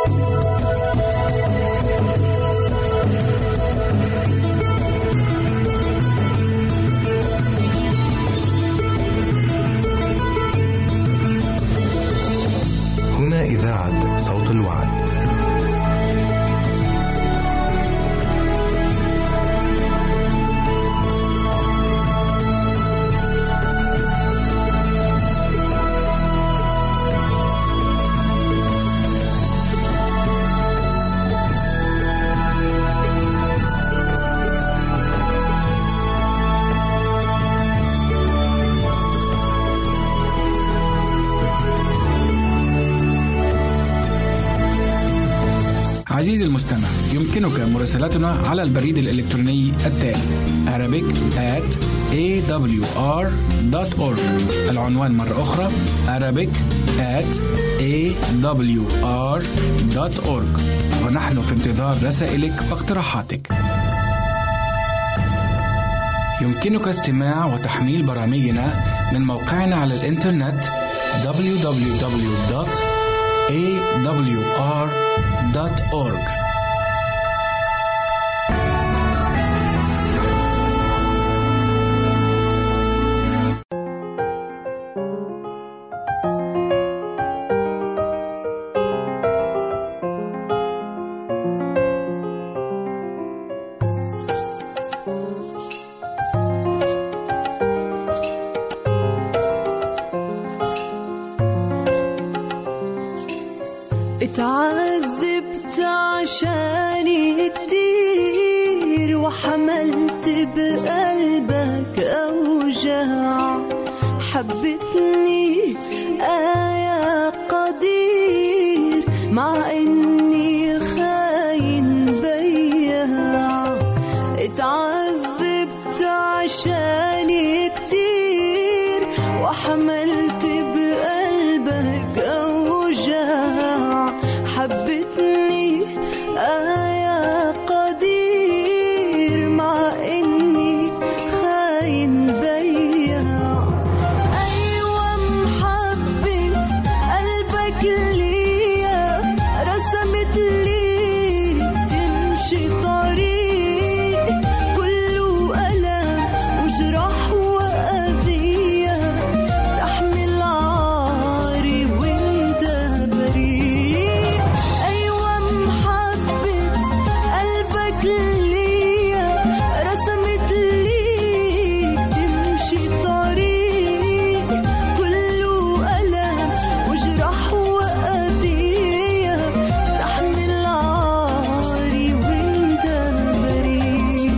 هنا إذاعة صوت الوعد. عزيزي المستمع، يمكنك مراسلتنا على البريد الإلكتروني التالي arabic@awr.org. العنوان مرة أخرى arabic@awr.org، ونحن في انتظار رسائلك واقتراحاتك. يمكنك استماع وتحميل برامجنا من موقعنا على الإنترنت www.awr.org. اتعذبت عشاني كتير وحملت بقلبك أوجاع، حبتني يا قدير مع إني خاين بياع. اتعذبت عشاني كتير وحملت بقلبك أوجاع، حبتني يا قدير مع إني خاين بياع. أيوة محبة قلبك ليا رسمت لي تمشي طريق كله ألم وجرح وأذية، تحمل عاري وانت بريء. أيوة محبة قلبك ليا رسمت لي تمشي طريق كله ألم وجرح وأذية، تحمل عاري وانت بريء.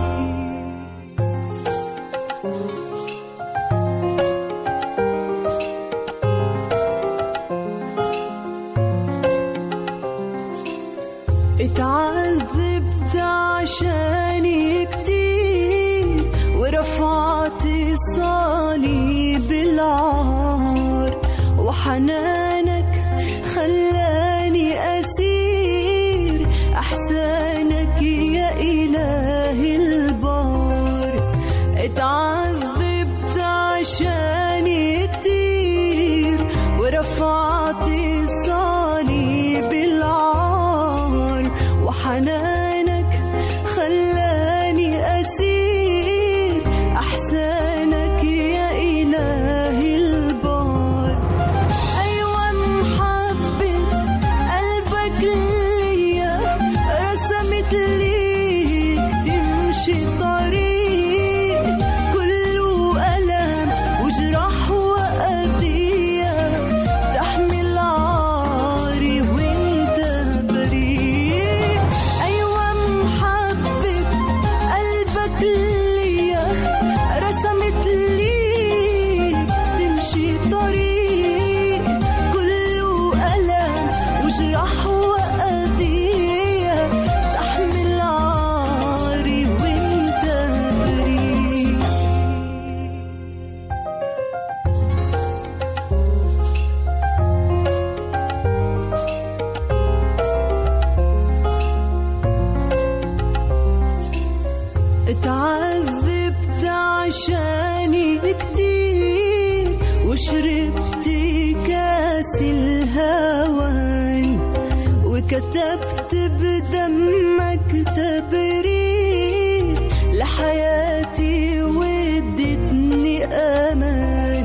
اتعذبت عشاني كتير ورفعت صليب العار، وحنانك خلاني أسير أحسانك يا إله البار. اتعذبت عشاني كتير ورفعت صليب العار، وحنانك خلاني أسير أحسانك يا إله البار. أيوة محبة قلبك ليا رسمت لي تمشي طريق كله وكتبت بدمك تبرير لحياتي وادتني أمان.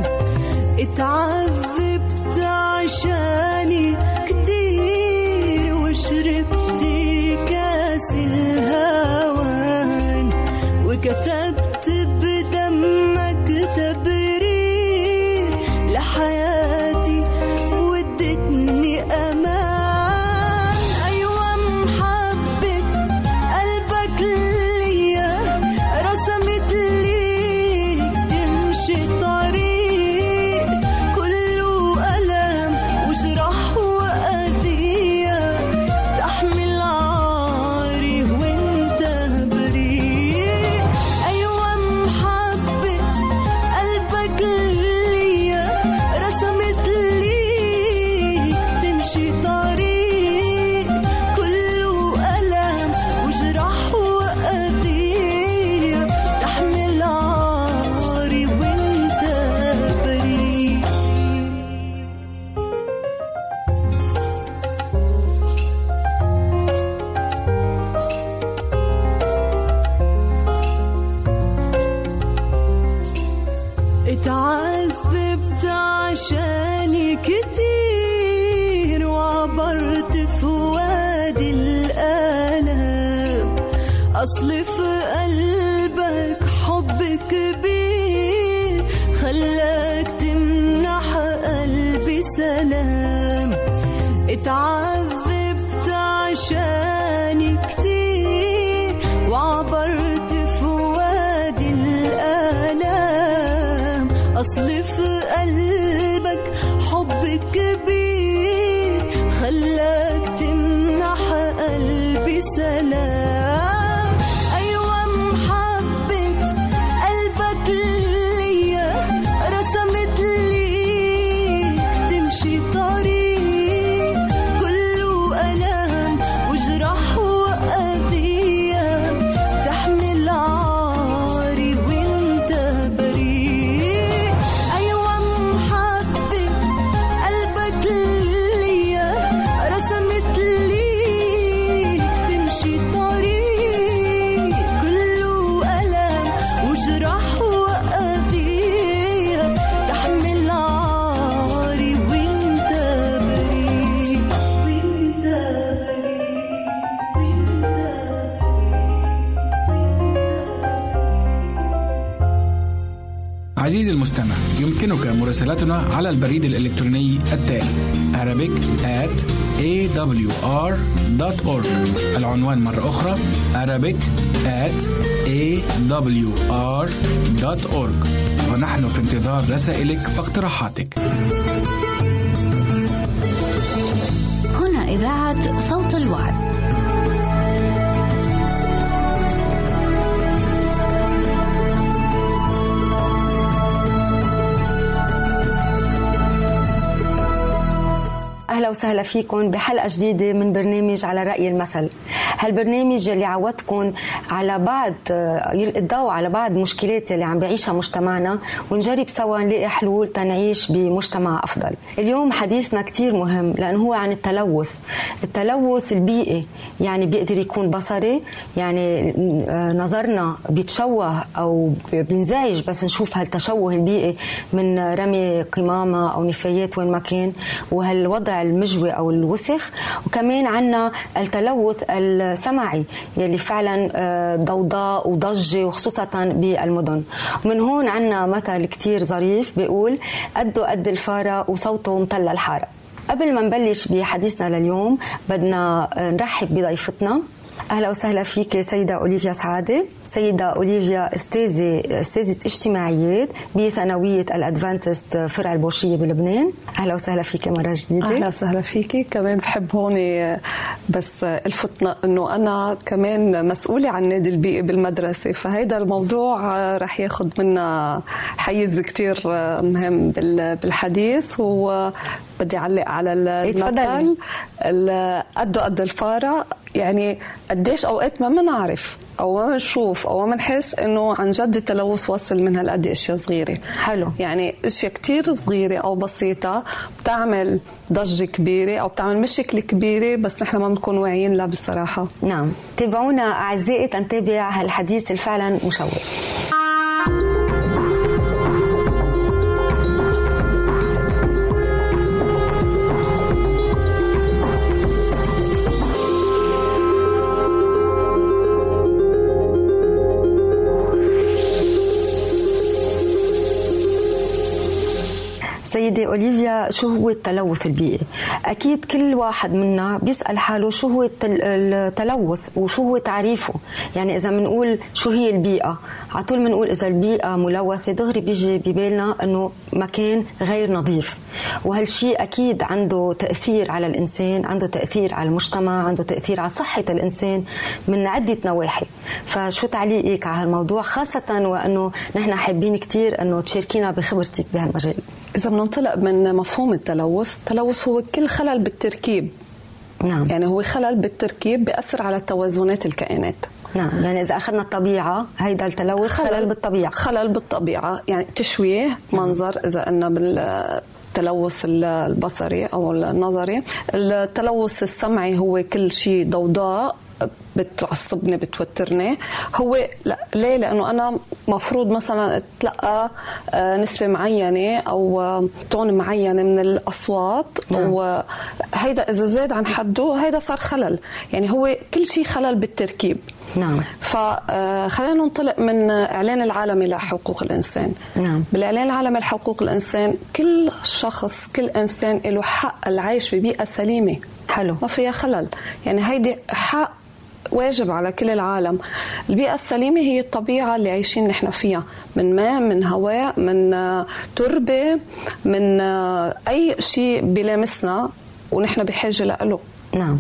اتعذبت عشاني كتير وشربت كاس الهوان، وكتبت بدمك تبرير لحياتي وادتني أمان. أيوة محبة قلبك ليا رسمت لي تمشي طريق كله ألم وجرح وأذية، تحمل عاري وانت بريء. أيوة محبة قلبك ليا رسمت لي تمشي طريق كله ألم وجرح وأذية، تحمل عاري وانت بريء. اتعذبت عشاني كتير وعبرت في وادي الآلام، أصل في قلبك حب كبير خلاك تمنح قلبي سلام. اتعذبت عشاني كتير وعبرت في وادي الآلام، أصل في قلبك حب كبير خلاك تمنح قلبي سلام. أيوة محبة قلبك ليا رسمت لي تمشي طريق كله ألم وجرح وأذية، تحمل عاري وانت بريء. أيوة محبة قلبك ليا رسمت لي تمشي طريق كله ألم وجرح وأذية، تحمل عاري وانت بريء. وانت عزيزي المستمع، يمكنك مراسلتنا على البريد الإلكتروني التالي arabic@awr.org. العنوان مرة أخرى arabic@awr.org، ونحن في انتظار رسائلك واقتراحاتك. هنا إذاعة صوت الوعد. أهلا وسهلا فيكم بحلقة جديدة من برنامج على رأي المثل. هالبرنامج اللي عودتكم على بعض يلقي الضوء على بعض مشكلات اللي عم بيعيشها مجتمعنا، ونجرب سوا نلاقي حلول تنعيش بمجتمع أفضل. اليوم حديثنا كتير مهم لأنه هو عن التلوث البيئي. يعني بيقدر يكون بصري، يعني نظرنا بيتشوه أو بينزعج بس نشوف هالتشوه البيئي من رمي قمامة أو نفايات وين ما كان، وهالوضع المجوي أو الوسخ. وكمان عنا التلوث السمعي يلي فعلا ضوضاء وضجة وخصوصا بالمدن. ومن هون عنا مثل كتير ظريف بيقول قده قد الفارة وصوته مطلع الحارة. قبل ما نبلش بحديثنا لليوم بدنا نرحب بضيفتنا. أهلا وسهلا فيك سيدة أوليفيا سعادة. سيدة أوليفيا أستاذة اجتماعيات بثانوية الأدفانتست فرع البورشية بلبنان. أهلا وسهلا فيك مرة جديدة. أهلا وسهلا فيك. كمان بحب هون بس الفتنا أنه أنا كمان مسؤولة عن النادي البيئي بالمدرسة، فهيدا الموضوع رح ياخد منا حيز كتير مهم بالحديث، بدي أعلق على المثل قد الفارة. يعني قديش أوقات ما منعرف أو ما منشوف أو ما منحس إنه عن جد التلوث وصل من هالقد أشياء صغيرة. حلو. يعني أشياء كتير صغيرة أو بسيطة بتعمل ضجة كبيرة أو بتعمل مشكلة كبيرة، بس نحن ما بنكون واعيين لها بصراحة. نعم، تابعونا أعزائي تنتابع هالحديث الفعلا مشوق. سيدة أوليفيا، شو هو التلوث البيئي؟ أكيد كل واحد منا بيسأل حاله شو هو التلوث وشو هو تعريفه. يعني إذا منقول شو هي البيئة، على طول منقول إذا البيئة ملوثة دغري بيجي ببالنا أنه مكان غير نظيف، وهالشيء أكيد عنده تأثير على الإنسان، عنده تأثير على المجتمع، عنده تأثير على صحة الإنسان من عدة نواحي. فشو تعليقك على هالموضوع، خاصة وأنه نحن حابين كتير أنه تشاركينا بخبرتك بهالمجال؟ إذا بننطلق من مفهوم التلوث هو كل خلل بالتركيب. نعم. يعني هو خلل بالتركيب بيأثر على توازنات الكائنات. نعم، يعني إذا أخذنا الطبيعة هيدا التلوث خلل بالطبيعة. خلل بالطبيعة، يعني تشويه منظر إذا قلنا بالتلوث البصري أو النظري. التلوث السمعي هو كل شيء ضوضاء بتعصبني بتوترني. هو لا ليه؟ لأنه أنا مفروض مثلا أتلقى نسبة معينة أو تون معينة من الأصوات. نعم. وهيدا إذا زاد عن حده هيدا صار خلل. يعني هو كل شيء خلل بالتركيب. نعم. فخلينا ننطلق من إعلان العالمي لحقوق الإنسان. نعم. بالإعلان العالمي لحقوق الإنسان كل شخص كل إنسان له حق العيش ببيئة سليمة. حلو. ما فيها خلل. يعني هيدي حق واجب على كل العالم. البيئة السليمة هي الطبيعة اللي عايشين نحن فيها، من ماء، من هواء، من تربة، من أي شيء بيلامسنا ونحن بحاجة له. نعم.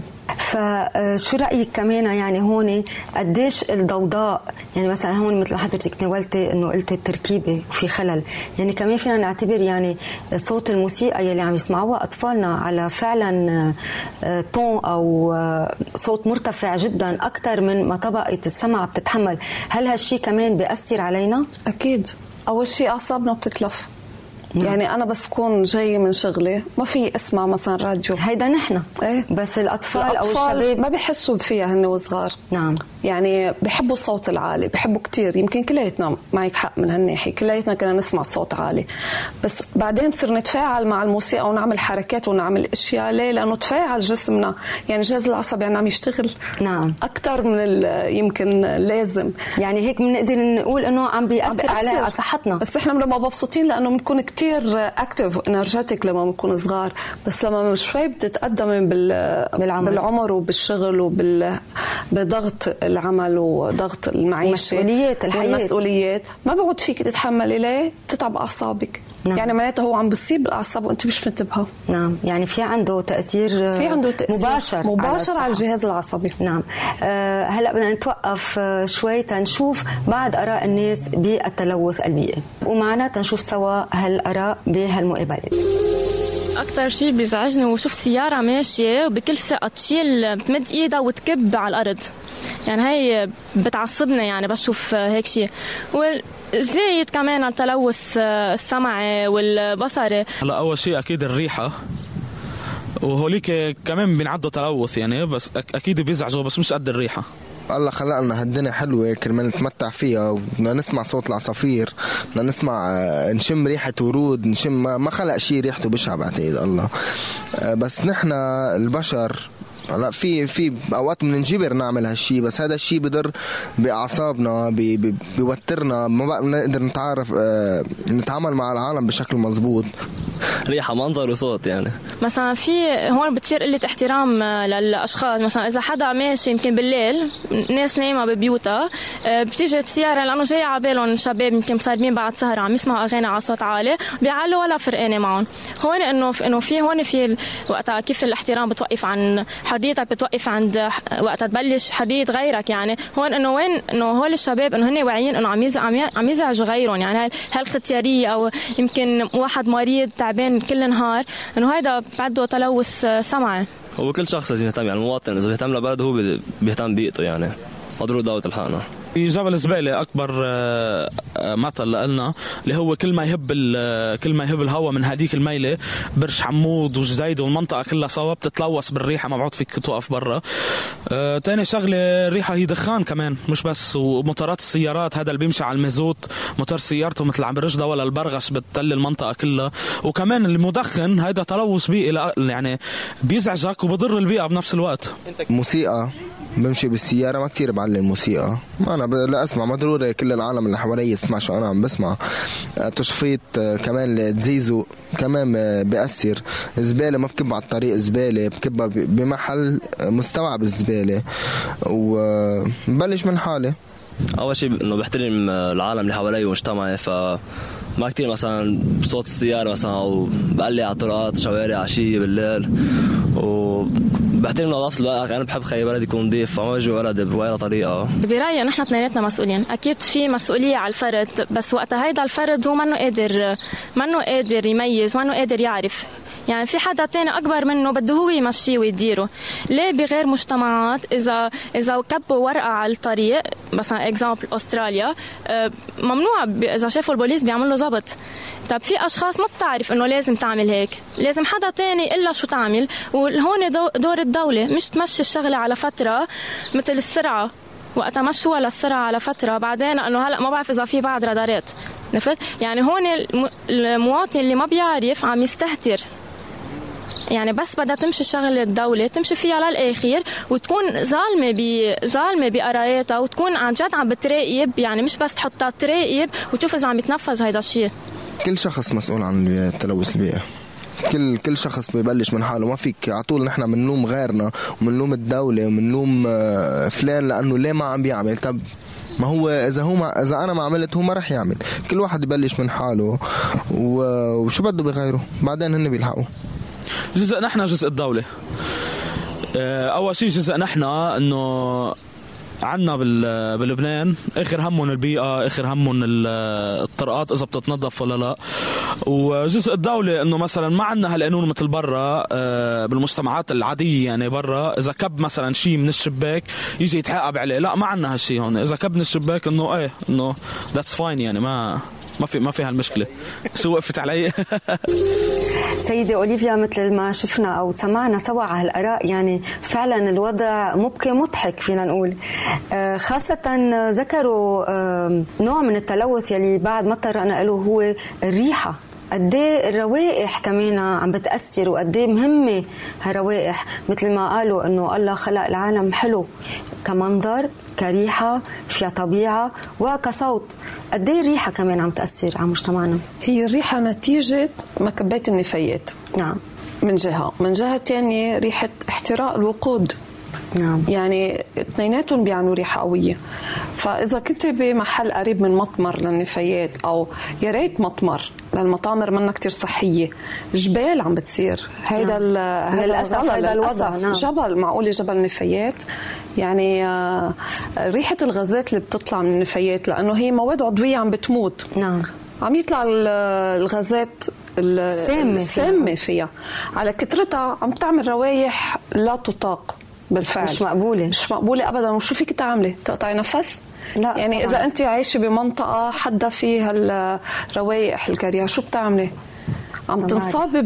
فشو رأيك كمان يعني هون قديش الضوضاء، يعني مثلا هون مثل ما حضرتك تناولتي انه قلتي التركيبة وفي خلل، يعني كمان فينا نعتبر يعني صوت الموسيقى يلي عم يسمعوها أطفالنا على فعلا طون أو صوت مرتفع جدا أكثر من ما طبقة السمع بتتحمل، هل هالشي كمان بيأثر علينا؟ أكيد. أول شيء أعصابنا بتتلف. يعني أنا بس كون جاي من شغلي ما في اسمع مثلا راديو. هيدا نحن. إيه؟ بس الأطفال أو الشباب ما بيحسوا فيها هن وصغار. نعم. يعني بيحبوا الصوت العالي، بيحبوا كتير. يمكن كلياتنا معك حق من هالناحية، كلياتنا كنا نسمع صوت عالي، بس بعدين صرنا نتفاعل مع الموسيقى ونعمل حركات ونعمل أشياء. ليه؟ لأنه تفاعل جسمنا، يعني الجهاز العصبي عم يشتغل. نعم. أكتر من يمكن لازم. يعني هيك بنقدر نقول إنه عم بيأثر على صحتنا. بس إحنا لما مبسوطين لأنه بنكون كتير اكتيف انرجيتك لما بنكون صغار، بس لما شوي بتتقدم بالعمر وبالشغل وبضغط العمل وضغط المعيشه والمسؤوليات ما بعود فيك تتحملي. ليه؟ تتعب اعصابك. نعم. يعني معناته هو عم بصيب الاعصاب وانت مش منتبهه. نعم. يعني في عنده تاثير مباشر على الجهاز العصبي. نعم. هلا بدنا نتوقف شوي تنشوف بعض اراء الناس بالتلوث البيئي، ومعنا تنشوف سوا هالاراء بهالمقابلات. أكتر شيء بيزعجني وشوف سيارة ماشية وبكل ثقة تشيل بتمد إيدها وتكب على الأرض، يعني هاي بتعصبنا يعني بشوف هيك شيء. والزايد كمان التلوث السمعي والبصري. هلا أول شيء أكيد الريحة، وهوليك كمان بينعدوا تلوث يعني، بس أكيد بيزعجوا بس مش قد الريحة. الله خلقنا هالدنيا حلوة كرمال نتمتع فيها، وبدنا نسمع صوت العصافير، بدنا نسمع نشم ريحة ورود، نشم ما خلق شيء ريحته بشعة بعتقد الله. بس نحن البشر لا في اوقات بننجبر نعمل هالشيء، بس هذا الشيء بضر باعصابنا، بيوترنا، ما بقى نقدر نتعامل مع العالم بشكل مزبوط. ريحه، منظر وصوت. يعني مثلا في هون بتصير قله احترام للاشخاص. مثلا اذا حدا ماشي يمكن بالليل ناس نايمه ببيوتها، بتيجي السياره لانه جاي على بالهم شباب يمكن صايمين بعد سهره عم يسمعوا اغاني على صوت عالي بيعلوا ولا فرقانه معهم. هون انه في هون في وقتها كيف الاحترام بتوقف عن حريتك، بتوقف عند وقتها تبلش حريه غيرك. يعني هون انه وين انه هول الشباب انه هن واعيين انه عم يزعجوا غيرهم. يعني هالختياريه او يمكن واحد مريض تعبان كل نهار، انه هيدا بعده تلوث سمعي. هو كل شخص لازم يهتم، يعني المواطن اذا بيهتم لبلده هو بيهتم ببيئته، يعني مضرور دولة الحقنا. في جبل زبالة أكبر مثل لنا اللي هو كل ما يهب الهواء من هذيك الميلة برش حمود وجديد والمنطقة كلها سوا بتتلوث بالريحة، ما بعد فيك توقف برا. تاني شغلة الريحة هي دخان كمان، مش بس. وموتورات السيارات، هذا اللي بيمشي على المازوت موتور سيارته مثل عم برشدة ولا البرغش بتطل المنطقة كلها. وكمان المدخن هذا تلوث بيئي، يعني بيزعجك وبضر البيئة بنفس الوقت. موسيقى بمشي بالسيارة ما كتير بعلم موسيقى، أنا لا أسمع، ما ضروري كل العالم اللي حوالي تسمع شو أنا عم بسمع. تشفيط كمان تزيزو كمان بيأثر. الزبالة ما بكب على الطريق، زبالة بكبها بمحل مستوعب الزبالة، وبلش من حالي. أول شيء إنه بحترم العالم اللي حوالي ومجتمعي، فما كتير مثلا بصوت السيارة مثلا أو بقلي على طرقات شوارع عشية بالليل، وبحترم نظافة البلد. أنا بحب خلي بلد يكون نظيف، فما بجي ولد بولا طريقة. برأيي نحن اثنيناتنا مسؤولين، أكيد في مسؤولية على الفرد، بس وقتها هيدا الفرد هو منه قادر يميز، منه قادر يعرف. يعني في حدا تاني أكبر منه بده هو يمشيه ويديره. ليه بغير مجتمعات إذا كبوا ورقة على الطريق، مثلا إكزامبل أستراليا، ممنوع إذا شافوا البوليس بيعملوا ضبط. طب في أشخاص ما بتعرف إنه لازم تعمل هيك، لازم حدا تاني إلا شو تعمل. وهون دور الدولة، مش تمشي الشغلة على فترة مثل السرعة، وقتها مشوا للسرعة على فترة، بعدين إنه هلأ ما بعرف إذا في بعد رادارات. يعني هون المواطن اللي ما بيعرف عم يستهتر. يعني بس بدها تمشي شغله الدوله تمشي فيها للاخير، وتكون ظالمه بقراياتها، وتكون عن جد عم بتراقب، يعني مش بس تحطها تراقب وتشوف اذا عم يتنفذ هيدا الشيء. كل شخص مسؤول عن التلوث البيئي، كل شخص بيبلش من حاله. ما فيك على طول نحن بنلوم غيرنا وبنلوم الدوله وبنلوم فلان لانه ليه ما عم بيعمل. طب ما هو اذا انا ما عملت هو ما رح يعمل. كل واحد يبلش من حاله وشو بده بغيره، بعدين هن بيلحقوا. جزء نحن جزء الدولة. أول شيء جزء نحن إنه عنا بلبنان آخر همهم البيئة، آخر همهم الطرقات إذا بتتنظف ولا لا. وجزء الدولة إنه مثلا ما عنا هالقانون مثل برا بالمجتمعات العادية، يعني برا إذا كب مثلا شيء من الشباك يجي يتعاقب عليه. لا، ما عنا هالشيء هون. إذا كب من الشباك إنه إنه that's fine، يعني ما في هالمشكلة. شو وقفت علي؟ سيدة أوليفيا، مثل ما شفنا أو سمعنا سوا على هالآراء، يعني فعلا الوضع مبكي مضحك فينا نقول. خاصة ذكروا نوع من التلوث يلي بعد ما طرقنا له هو الريحة. قديه الروائح كمان عم بتأثر، وقديه مهمة هالروائح. مثل ما قالوا إنه الله خلق العالم حلو كمنظر، كريحة، فيها طبيعة، وكصوت. قديه الريحة كمان عم تأثر على مجتمعنا؟ هي الريحة نتيجة مكبات النفايات. نعم. من جهة تانية ريحة احتراق الوقود. نعم. يعني اثنيناتهم بيعنوا ريحة قوية. فإذا كنت بمحل قريب من مطمر للنفايات، أو يا ريت مطمر، للمطامر منا كتير صحية، جبال عم بتصير. هيدا هذا الوضع. نعم. جبل، معقولة جبل نفايات. يعني ريحة الغازات اللي بتطلع من النفايات، لأنه هي مواد عضوية عم بتموت. نعم. عم يطلع الغازات السامة فيها على كترتها، عم تعمل روايح لا تطاق بالفعل. مش مقبولة أبدا. وشو فيك تعملي؟ تقطعي نفس؟ لا يعني طبعاً. إذا أنت عايشة بمنطقة حدا فيها الروائح الكريهة، شو بتعملي؟ عم تنصابي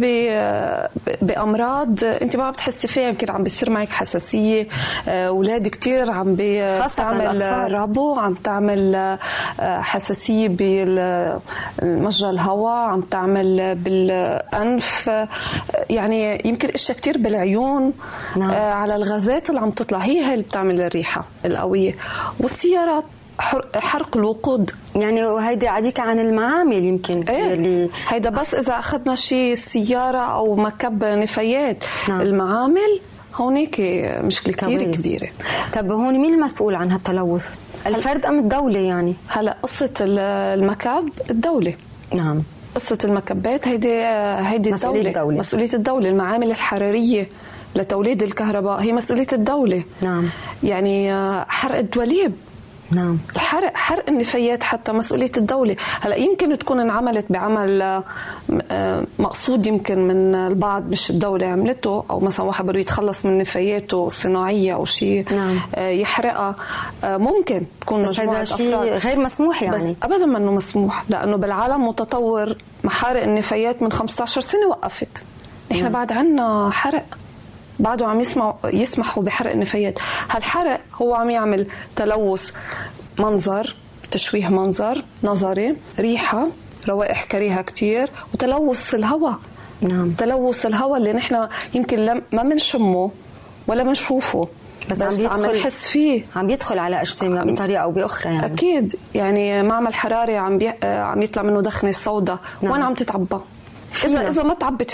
بأمراض أنت ما بتحسي فيها. يمكن عم بيصير معك حساسية. أولاد كتير عم بتعمل ربو، عم تعمل حساسية بالمجرى الهواء، عم تعمل بالأنف، يعني يمكن إشياء كتير بالعيون. نعم. على الغازات اللي عم تطلع، هي اللي بتعمل الريحة القوية. والسيارات، حرق الوقود. يعني وهيدا عديك عن المعامل يمكن. اللي هيدا بس إذا أخذنا شيء سيارة أو مكب نفايات. نعم. المعامل هونيك مشكلة كتير كبيرة. طب هون مين المسؤول عن هالتلوث؟ الفرد أم الدولة؟ يعني هلأ قصة المكب الدولة. نعم. قصة المكبات هيدي مسؤولية الدولة. المعامل الحرارية لتوليد الكهرباء هي مسؤولية الدولة. نعم. يعني حرق الدواليب نعم. حرق النفايات حتى مسؤولية الدولة. هلا يمكن تكون انعملت بعمل مقصود يمكن من البعض، مش الدولة عملته، أو مثلا واحد بده يتخلص من نفاياته الصناعية أو شيء نعم. يحرقها، ممكن تكون مجموعة شيء غير مسموح يعني. بس أبدا ما أنه مسموح، لأنه بالعالم متطور محارق النفايات من 15 سنة وقفت. إحنا بعد عنا حرق، بعده عم يسمحوا بحرق النفايات. هالحرق هو عم يعمل تلوث منظر، تشويه منظر نظري، ريحة، روائح كريهة كتير، وتلوث الهواء. نعم. تلوث الهواء اللي نحن يمكن ما منشمه ولا منشوفه، بس عم نحس فيه، عم يدخل على أجسامنا بطريقة أو بأخرى يعني. أكيد يعني معمل حراري عم يطلع منه دخنة سوداء. نعم. وين عم تتعبى؟ إذا ما تعبت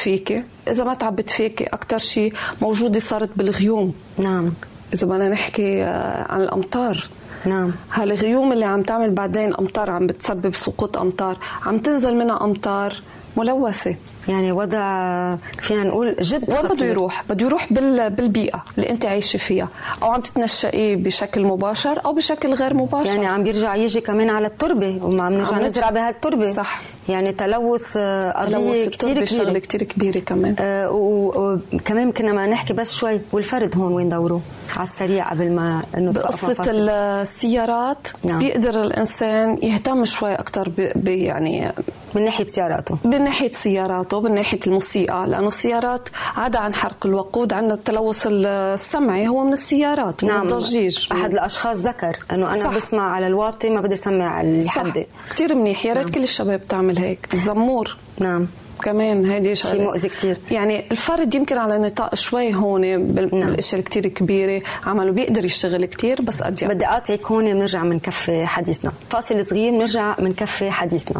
فيكي أكتر شيء موجودة صارت بالغيوم. نعم. إذا بدنا نحكي عن الأمطار، نعم، هالغيوم اللي عم تعمل بعدين أمطار، عم بتسبب سقوط أمطار، عم تنزل منها أمطار ملوثة. يعني وضع فينا نقول جد وين بده يروح بالبيئة اللي أنت عايشة فيها، أو عم تتنشئي بشكل مباشر أو بشكل غير مباشر. يعني عم بيرجع يجي كمان على التربة، وعم نرجع نزرع بهالتربة. صح. يعني تلوث قضية كتير كبيرة كمان. وكمان كنا ما نحكي بس شوي، والفرد هون وين دوره على السريع قبل ما انه قصة السيارات. نعم. بيقدر الإنسان يهتم شوي أكتر يعني من ناحية سياراته، من ناحية الموسيقى، لأنه السيارات عدا عن حرق الوقود عندنا التلوث السمعي هو من السيارات. نعم. من الضجيج. أحد الأشخاص ذكر أنه أنا صح. بسمع على الواطي، ما بدي أسمع الحدة. كتير منيح، يا ريت كل الشباب تعمل هيك. الزمور. نعم. كمان هيدي شيء مؤذي كتير. يعني الفرد يمكن على نطاق شوي هون بالاشياء كتير كبيره عمله بيقدر يشتغل كتير، بس بدي اقاطعك هون، بنرجع من كفي حديثنا، فاصل صغير بنرجع من كفي حديثنا.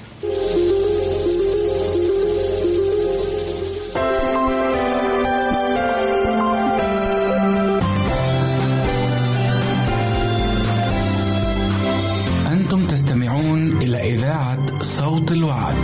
أنتم تستمعون إلى إذاعة صوت الوعد.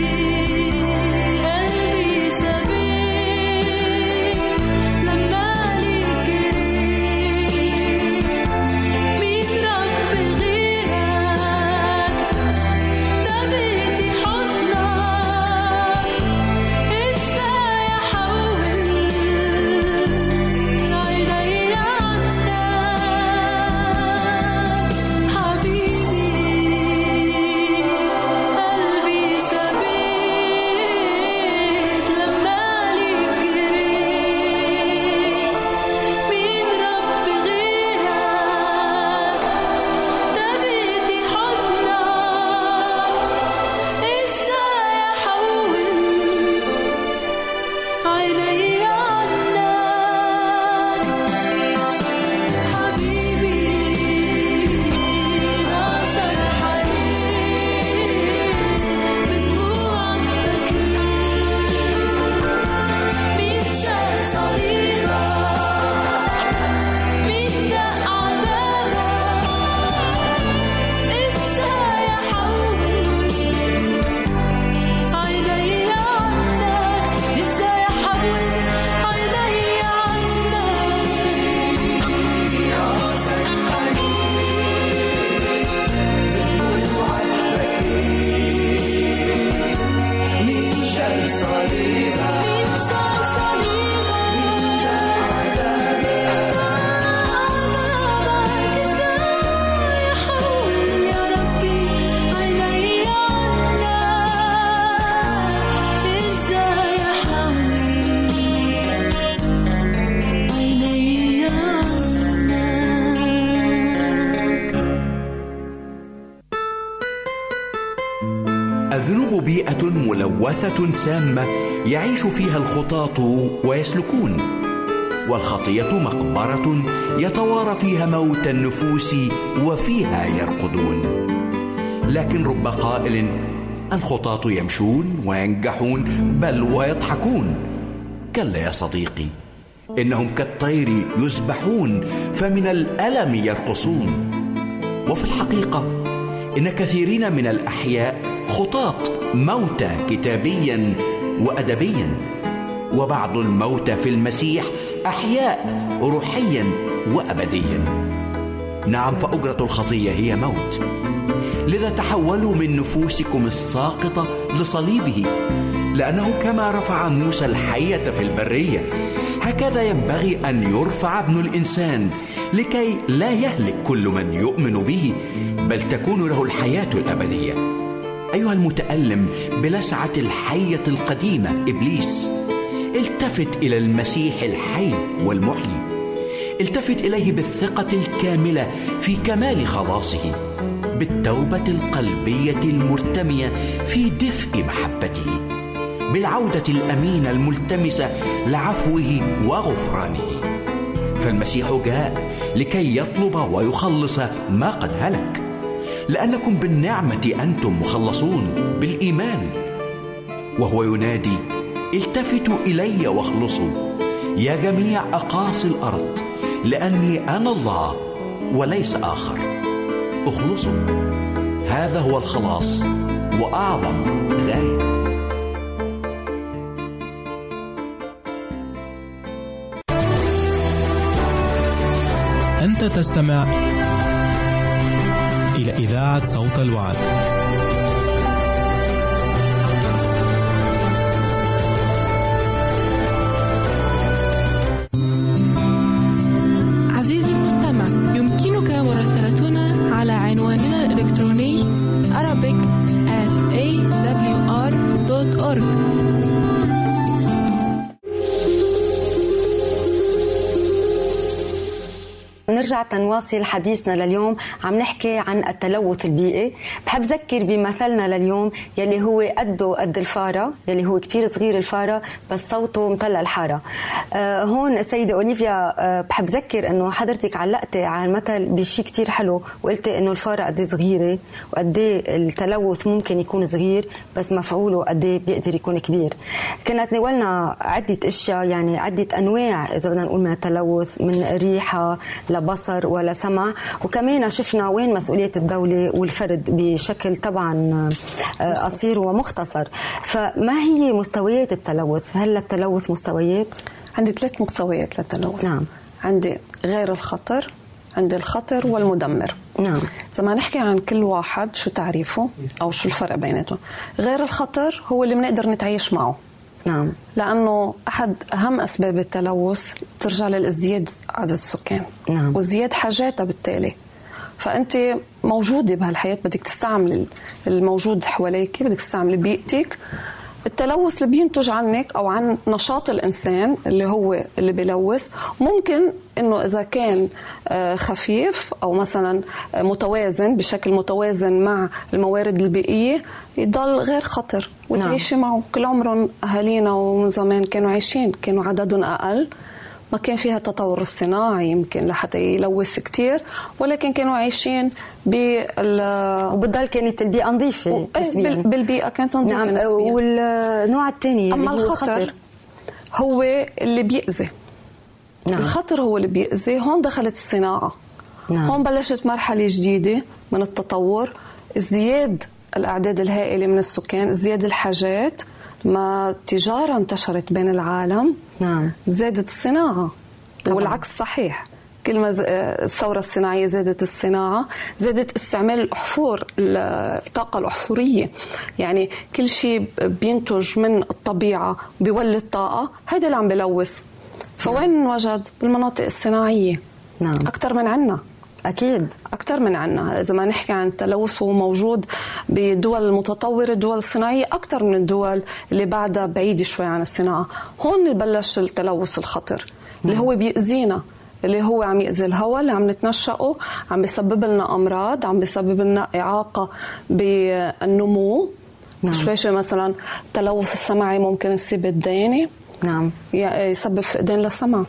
لما بيئة ملوثة سامة يعيش فيها الخطاة ويسلكون، والخطية مقبرة يتوارى فيها موت النفوس وفيها يرقدون. لكن رب قائل: الخطاة يمشون وينجحون بل ويضحكون. كلا يا صديقي، إنهم كالطير يسبحون فمن الألم يرقصون. وفي الحقيقة إن كثيرين من الأحياء خطاة موتى كتابيا وأدبيا، وبعض الموتى في المسيح أحياء روحيا وأبديا. نعم، فأجرة الخطية هي موت. لذا تحولوا من نفوسكم الساقطة لصليبه، لأنه كما رفع موسى الحية في البرية هكذا ينبغي أن يرفع ابن الإنسان، لكي لا يهلك كل من يؤمن به بل تكون له الحياة الأبدية. أيها المتألم بلسعة الحية القديمة إبليس، التفت إلى المسيح الحي والمحيي، التفت إليه بالثقة الكاملة في كمال خلاصه، بالتوبة القلبية المرتمية في دفء محبته، بالعودة الأمينة الملتمسة لعفوه وغفرانه. فالمسيح جاء لكي يطلب ويخلص ما قد هلك، لأنكم بالنعمة أنتم مخلصون بالإيمان. وهو ينادي: التفتوا إلي واخلصوا يا جميع أقاصي الأرض، لأني أنا الله وليس آخر. اخلصوا، هذا هو الخلاص وأعظم غاية. أنت تستمع إلى إذاعة صوت الوعد. عزيزي المستمع، يمكنك مراسلتنا على عنواننا الإلكتروني arabic@awr.org. نرجع تنواصل حديثنا لليوم. عم نحكي عن التلوث البيئي. بحب ذكر بمثلنا لليوم يلي هو قد الفارة، يلي هو كتير صغير الفارة بس صوته مطلع الحارة. هون السيدة أوليفيا، بحب ذكر أنه حضرتك علقتي على المثل بشي كتير حلو، وقلتي أنه الفارة قد صغيرة وقد التلوث ممكن يكون صغير بس مفعوله قد بيقدر يكون كبير. كنا تناولنا عدة أشياء، يعني عدة أنواع إذا بدنا نقول من التلوث، من ريحة بصر ولا سمع، وكمان شفنا وين مسؤولية الدولة والفرد بشكل طبعا قصير ومختصر. فما هي مستويات التلوث؟ هل التلوث مستويات؟ عندي 3 مستويات للتلوث. نعم. عندي غير الخطر، عندي الخطر والمدمر. نعم. زي نحكي عن كل واحد شو تعريفه أو شو الفرق بيناتهم. غير الخطر هو اللي بنقدر نتعايش معه. نعم. لأنه أحد أهم أسباب التلوث ترجع للازدياد عدد السكان. نعم. وازدياد حاجاتها بالتالي. فأنت موجودة بهالحياة، بدك تستعمل الموجود حواليك، بدك تستعمل بيئتك. التلوث اللي بينتج عنك أو عن نشاط الإنسان اللي هو اللي بيلوث، ممكن إنه إذا كان خفيف أو مثلا متوازن بشكل متوازن مع الموارد البيئية يضل غير خطر وتعيشي معه. كل عمرهم أهالينا ومن زمان كانوا عايشين، كانوا عددهم أقل، ما كان فيها التطور الصناعي يمكن لحتى يلوث كتير، ولكن كانوا عايشين وبالضل كانت البيئة نظيفة بالبيئة كانت نظيفة. نعم. والنوع الثاني أما الخطر هو اللي بيأذي. نعم. الخطر هو اللي بيأذي. هون دخلت الصناعة. نعم. هون بلشت مرحلة جديدة من التطور، ازدياد الأعداد الهائلة من السكان، ازدياد الحاجات، ما التجارة انتشرت بين العالم. نعم. زادت الصناعة. طبعا. والعكس صحيح، كل ما الثورة الصناعية زادت الصناعة، زادت استعمال الأحفور، الطاقة الأحفورية. يعني كل شيء بينتج من الطبيعة بيولد طاقة، هيدا اللي عم بلوث. فوين نوجد؟ بالمناطق الصناعية. نعم. أكتر من عنا. أكيد أكتر من عنا. إذا ما نحكي عن التلوث هو موجود بدول المتطورة، الدول الصناعية أكتر من الدول اللي بعدها بعيدة شوي عن الصناعة. هون بلش التلوث الخطر اللي هو بيأذينا، اللي هو عم يأذي الهواء اللي عم نتنشأه، عم بيسبب لنا أمراض، عم بيسبب لنا إعاقة بالنمو، نعم. شوي مثلا التلوث السمعي ممكن يصيب الديني. نعم. يسبب فقدان للسمع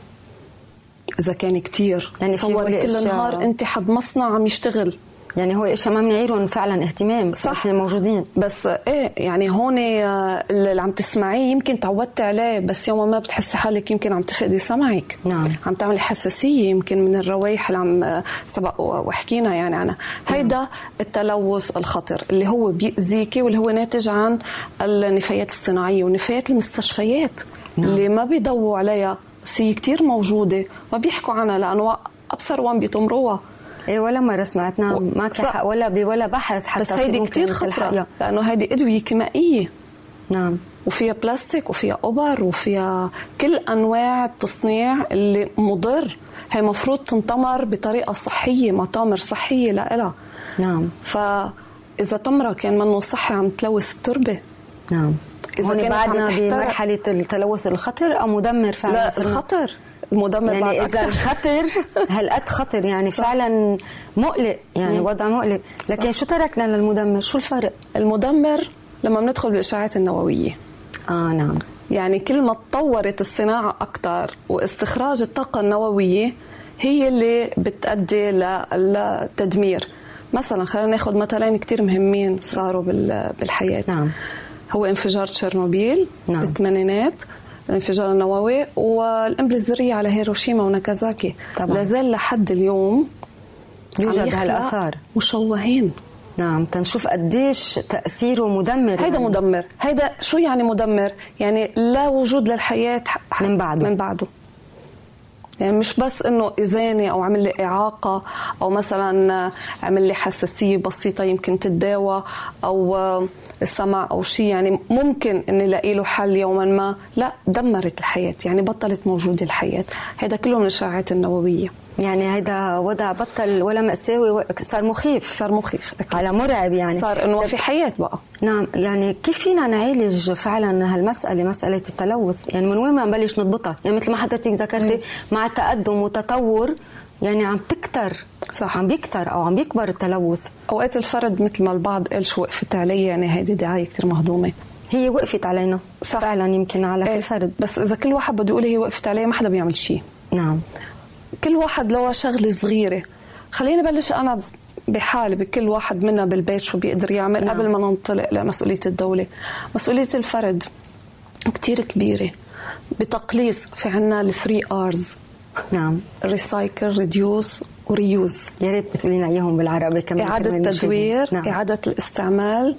إذا كان كتير. يعني تصوري كل النهار أنت حد مصنع عم يشتغل. يعني هو الاشياء ما بنعيرهم فعلا اهتمام، صح موجودين. بس يعني هون اللي عم تسمعيه يمكن تعودت عليه، بس يوم ما بتحسي حالك يمكن عم تفقدي سمعك. نعم. عم تعملي حساسية يمكن من الروايح اللي عم سبق وحكينا يعني عنها. هيدا التلوث الخطر اللي هو بيأذيكي، واللي هو ناتج عن النفايات الصناعية ونفايات المستشفيات. اللي ما بيضووا عليها بس هي كتير موجودة، ما بيحكوا عنها لأنه أبصر وان بيتمروها. ايه ولا مرة سمعتنا معك حق ولا بحث حتى. بس هيدي كتير خطرة لأنه هيدي أدوية كيميائية. نعم. وفيها بلاستيك وفيها أبر وفيها كل أنواع التصنيع اللي مضر. هي مفروض تنتمر بطريقة صحية، مطامر صحية لإلها. نعم. فإذا تمرة كان منه صحي عم تلوث التربة. نعم. إذا كان بعدنا بمرحلة التلوث الخطر أو مدمر فعلا؟ لا الخطر المدمر يعني إذا الخطر هالقد خطر يعني فعلا مقلق يعني وضع مقلق. لكن شو تركنا للمدمر؟ شو الفرق؟ المدمر لما بندخل بالإشعاعات النووية. نعم. يعني كل ما تطورت الصناعة أكتر واستخراج الطاقة النووية هي اللي بتؤدي للتدمير. مثلا خلينا ناخد مثلين كتير مهمين صاروا بالحياة. نعم. هو انفجار تشيرنوبيل. نعم. بالثمانينات، الانفجار النووي، والقنبلة الذرية على هيروشيما وناكازاكي. لازال لحد اليوم يوجد هالآثار. مشوهين. نعم. تنشوف قديش تأثيره مدمر. هيدا يعني مدمر. هيدا شو يعني مدمر؟ يعني لا وجود للحياة من بعده. يعني مش بس انه اذاني او عمل لي اعاقه او مثلا عمل لي حساسيه بسيطه يمكن تتداوى او السمع او شيء، يعني ممكن اني الاقي له حل يوما ما. لا، دمرت الحياه، يعني بطلت موجوده الحياه. هذا كله من الاشعاعات النوويه. يعني هيدا وضع بطل ولا مأساوي، صار مخيف أكيد. على مرعب يعني. صار انه في حياه بقى. نعم. يعني كيف فينا نعالج فعلا هالمسألة، مسألة التلوث؟ يعني من وين ما نبلش نضبطها؟ يعني مثل ما حضرتك ذكرتي مع التقدم وتطور يعني عم تكتر. صح. عم بيكتر او عم بيكبر التلوث. اوقات الفرد مثل ما البعض قال شو وقفت علي، يعني هيدي دعايه كثير مهضومه. هي وقفت علينا. صح. فعلا يمكن على كل فرد. بس اذا كل واحد بده يقول هي وقفت علي ما حدا بيعمل شيء. نعم. كل واحد له شغله صغيره. خليني بلش انا بحالي بكل واحد منا بالبيت شو بيقدر يعمل. نعم. قبل ما ننطلق لمسؤوليه الدوله. مسؤوليه الفرد كتير كبيره بتقليص. في عنا ال3 R's. نعم. ريسايكل، ريديوس، وريوز. يا ريت بتقولي لنا اياهم بالعربي كمان. اعاده التدوير. نعم. اعاده الاستعمال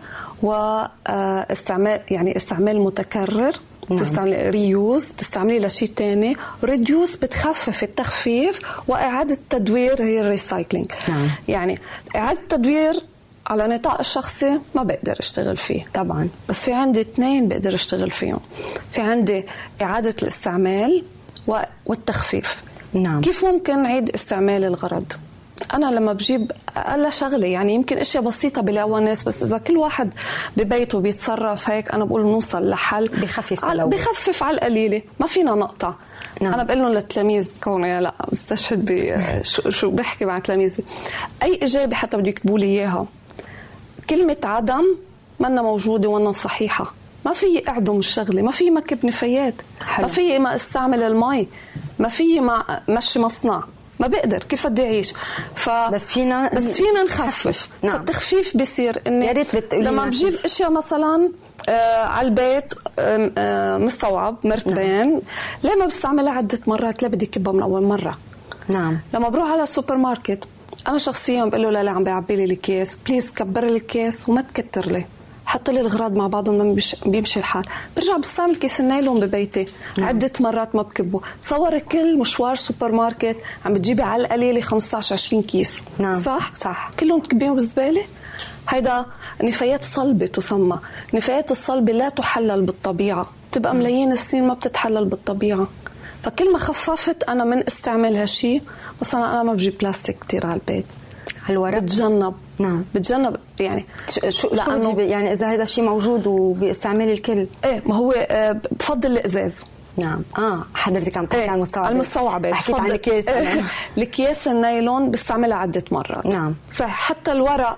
واستعمال يعني استعمال متكرر. نعم. تستعملي ريوز، تستعملي لشيء تاني. ريديوس بتخفف التخفيف، واعاده التدوير هي الريسايكلينج. نعم. يعني اعاده التدوير على نطاق الشخصي ما بقدر اشتغل فيه طبعا، بس في عندي 2 بقدر اشتغل فيهم. في عندي اعاده الاستعمال والتخفيف. نعم. كيف ممكن عيد استعمال الغرض؟ أنا لما بجيب أقل شغلة، يعني يمكن أشياء بسيطة بلاقوا الناس، بس إذا كل واحد ببيته بيتصرف هيك أنا بقول نوصل لحل بخفف على القليلة، ما فينا نقطع. نعم. أنا بقول لهم للتلاميذ كوني لا مستشهد شو بحكي مع تلاميذي، أي إجابة حتى بدي يكتبوا لي إياها كلمة عدم منا موجودة وانا صحيحة. ما في أعدم الشغلة، ما في مكب نفايات، ما في ما استعمل المي، ما في ما مشي مصنع، ما بقدر كيف بدي أعيش. بس فينا نخفف. نعم. فالتخفيف بيصير إني لما بجيب أشياء مثلا على البيت مستوعب مرتين، ليه ما بستعملها عدة مرات؟ لا بدي كبها من أول مرة. نعم. لما بروح على السوبر ماركت أنا شخصيا بقول له لا عم بيعبي لي الكيس، بليز كبر لي الكيس وما تكتر لي، حط لي الأغراض مع بعضهم لما بيمشي الحال. برجع بستعمل كيس النايلون ببيتي. نعم. عدة مرات ما بكبه. تصور كل مشوار سوبر ماركت عم بتجيبي على القليلة 15-20 كيس. نعم. صح كلهم تكبيهم بالزبالة. هيدا نفايات صلبة تسمى. نفايات الصلبة لا تحلل بالطبيعة، تبقى ملايين السنين ما بتتحلل بالطبيعة. فكل ما خففت أنا من استعمال هالشي، مثلا أنا ما بجيب بلاستيك كتير على البيت، هالورق بتجنب. نعم. بتجنب يعني شو يعني إذا هذا الشيء موجود وبيستعمل الكل. إيه ما هو بفضل الإزاز. نعم. حضرتك عم تحكي عن المستوعبات. حكيت عن الكيس. الكيس النايلون بستعملها عدة مرات. نعم. صح. حتى الورق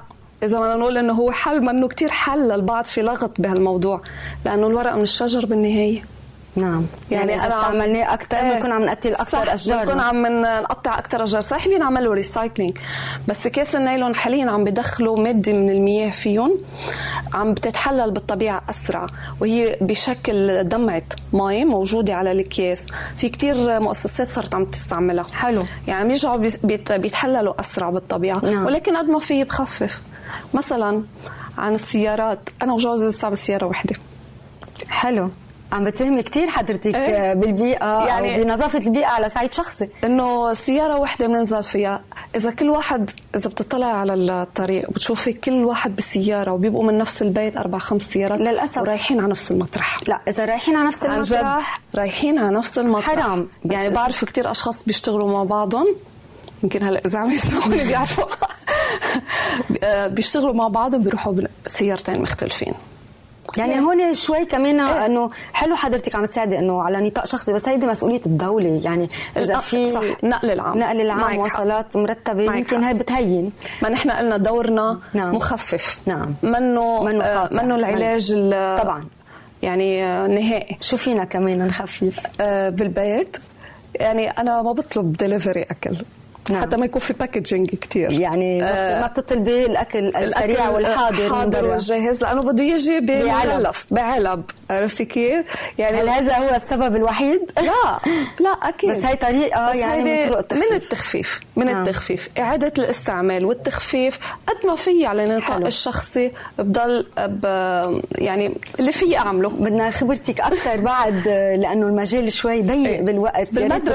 إذا ما نقول إنه هو حل، ما إنه كتير حل للبعض في لغط بهالموضوع، لأنه الورق من الشجر بالنهاية. نعم، يعني إذا استعملناه أكتر بنكون عم نقتل أكتر أشجار، بنكون عم نقطع أكتر أشجار. صحيح بينعملوا ريسايكلينج، بس كيس النايلون حاليا عم بدخلوا مادة من المياه فيهم عم بتتحلل بالطبيعة أسرع، وهي بشكل دمعة مي موجودة على الأكياس. في كتير مؤسسات صارت عم تستعملها. حلو، يعني بيرجعوا بيتحللوا أسرع بالطبيعة. نعم. ولكن قد ما فيه بخفف. مثلا عن السيارات، أنا وجوزي بنستعمل سيارة وحدة. حلو، عم بتساهمي كتير حضرتك بالبيئة، يعني بنظافة البيئة على صعيد شخصي. إنه سيارة واحدة بننزل فيها، إذا كل واحد، إذا بتطلع على الطريق وبتشوفي كل واحد بسيارة وبيبقوا من نفس البيت 4-5 سيارات للأسف ورايحين على نفس المطرح. لا، إذا رايحين على نفس المطرح رايحين على نفس المطرح حرام. يعني بعرف كتير أشخاص بيشتغلوا مع بعضهم، يمكن هلا إذا عم يسمعوني بيعرفوا بيشتغلوا مع بعضهم بيروحوا بسيارتين مختلفين. يعني هون شوي كمان انه حلو حضرتك عم تساعدي انه على نطاق شخصي، بس هيدي مسؤوليه الدوله. يعني اذا في نقل العام مواصلات مرتبه يمكن هي بتهين. ما نحن قلنا دورنا نعم. مخفف، نعم، منه العلاج طبعا يعني نهائي. شو فينا كمان نخفف بالبيت؟ يعني انا ما بطلب ديليفري اكل. نعم. حتى ما يكون في باكجينج كتير، يعني ما بتطلبي الأكل السريع والحاضر والجاهز، لأنه بده يجي بعلب. عرفتي كيف؟ يعني هل هذا هو السبب الوحيد؟ لا أكيد، بس هاي طريقة يعني من التخفيف. التخفيف، إعادة الاستعمال والتخفيف قد ما في على النطاق الشخصي بضل يعني اللي فيه أعمله. بدنا خبرتك أكثر بعد، لأنه المجال شوي ضيق بالوقت.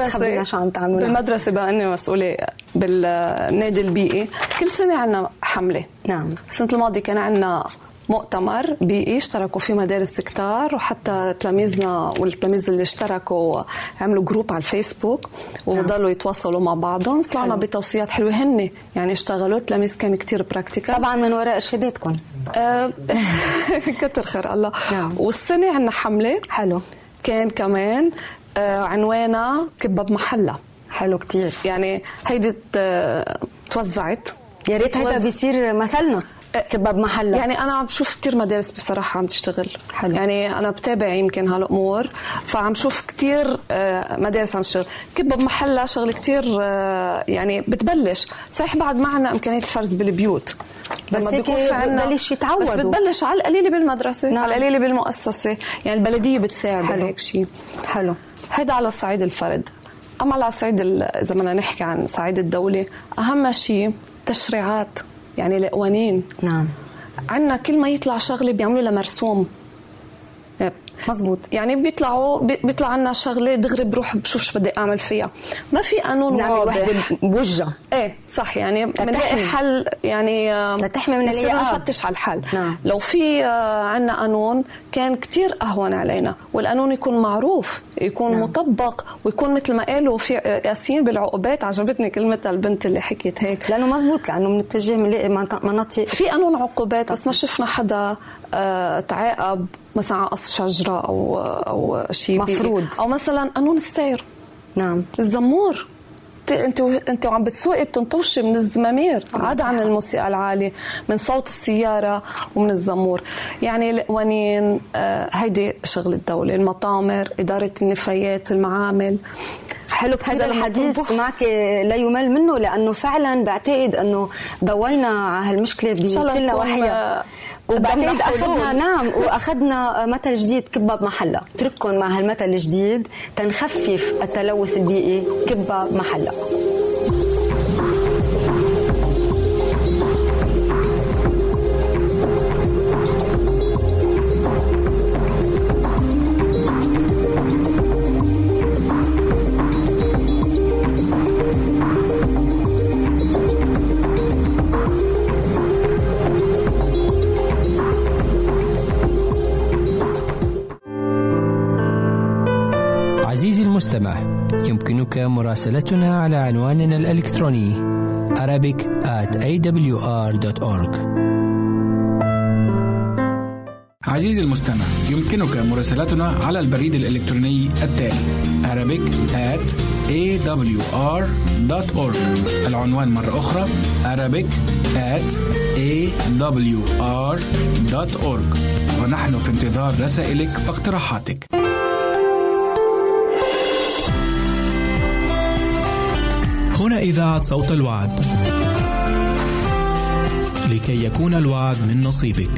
بالمدرسة بقى أني مسؤولة بالنادي البيئي، كل سنة عنا حملة. نعم. السنة الماضية كان عنا مؤتمر بيئي اشتركوا فيه مدارس كتار، وحتى تلاميذنا والتلاميذ اللي اشتركوا عملوا جروب على الفيسبوك وضلوا يتواصلوا مع بعضهم. طلعنا بتوصيات حلوة هن يعني اشتغلوا. التلاميذ كان كتير براكتيكال طبعا من وراء شهادتكم. كتر خير الله. نعم. والسنة عنا حملة حلو كان كمان عنوانها كباب محلة. حلو كتير. يعني هيدي توزعت. يا ريت هذا بيصير مثلنا كباب محلة. يعني أنا عم بشوف كتير مدارس بصراحة عم تشتغل. حلو. يعني أنا بتابع يمكن هالأمور، فعم شوف كتير مدارس عم تشتغل كباب محلة. شغل كتير يعني بتبلش. صحيح بعد ما عنا إمكانية الفرز بالبيوت، بس هيك ببلش يتعودوا. بس بتبلش على القليلة بالمدرسة. نعم. على القليلة بالمؤسسة. يعني البلدية بتساعد بهيك شيء. حلو. هيدا على صعيد الفرد. أما على صعيد إذا بدنا نحكي عن صعيد الدولة، أهم شيء تشريعات. يعني القوانين. نعم. عنا كل ما يطلع شغلة بيعملوا لها مرسوم. مزبوط. يعني بيطلع عنا شغلة دغري بروح بشوف شو بدي أعمل فيها. ما في قانون واضح. بوجه. إيه صح. يعني بنلاقي حل يعني لتحمي من اللي نفتش على الحل. نعم. لو في عنا قانون كان كتير أهون علينا، والقانون يكون معروف، يكون نعم. مطبق، ويكون مثل ما قالوا في قاسين بالعقوبات. عجبتني كلمة البنت اللي حكيت هيك، لأنه مزبوط، لأنه بنتجه بنلاقي مناطق في قانون عقوبات بس ما شفنا حدا تعاقب مثلا على قص شجرة أو شيء مفروض. أو مثلا قانون السير. نعم. الزمور، انت عم بتسوقي بتنطوشي من الزمامير، عدا عن الموسيقى العالية، من صوت السيارة ومن الزمور. يعني القوانين هيدي شغل الدولة. المطامر، إدارة النفايات، المعامل. حلو كتير الحديث معك، لا يمل منه، لأنه فعلا بعتقد أنه ضوينا على هالمشكلة بكل نواحيها. وبعتقد أخذنا مثل جديد كباب محلة. اترككم مع هالمثل الجديد تنخفف التلوث البيئي. كباب محلة. عزيزي المستمع، يمكنك مراسلتنا على عنواننا الإلكتروني arabic@awr.org. عزيزي المستمع، يمكنك مراسلتنا على البريد الإلكتروني التالي arabic@awr.org. العنوان مرة أخرى arabic@awr.org، ونحن في انتظار رسائلك واقتراحاتك. هنا إذاعة صوت الوعد، لكي يكون الوعد من نصيبك.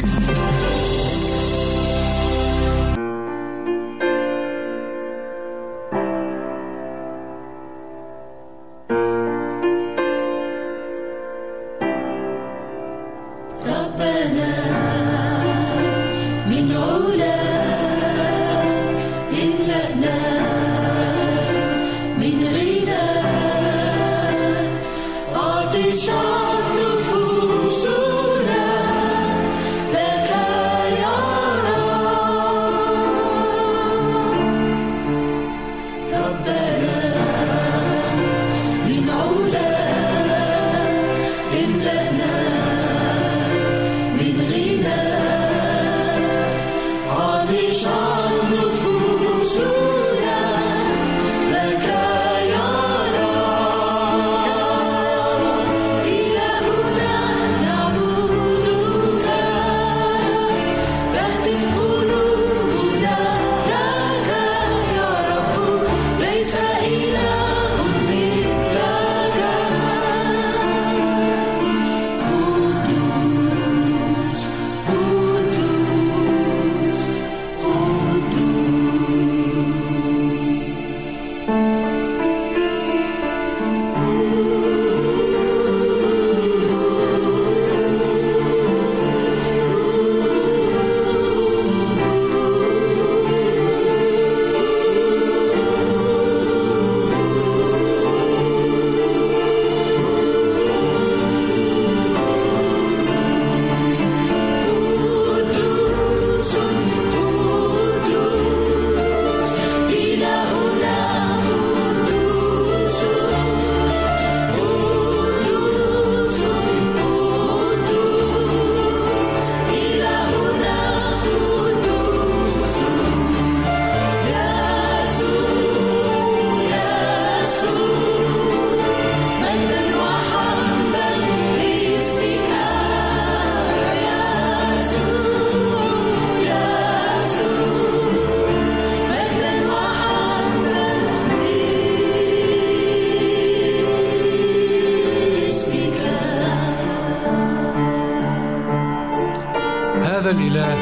الإله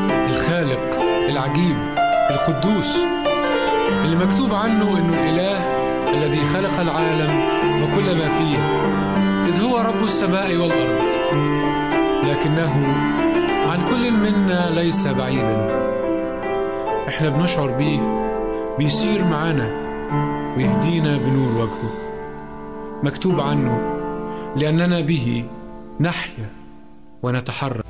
الخالق العجيب القدوس اللي مكتوب عنه إنه الإله الذي خلق العالم وكل ما فيه، إذ هو رب السماء والأرض، لكنه عن كل منا ليس بعيدا. إحنا بنشعر بيه بيسير معنا ويهدينا بنور وجهه. مكتوب عنه لأننا به نحيا ونتحرك.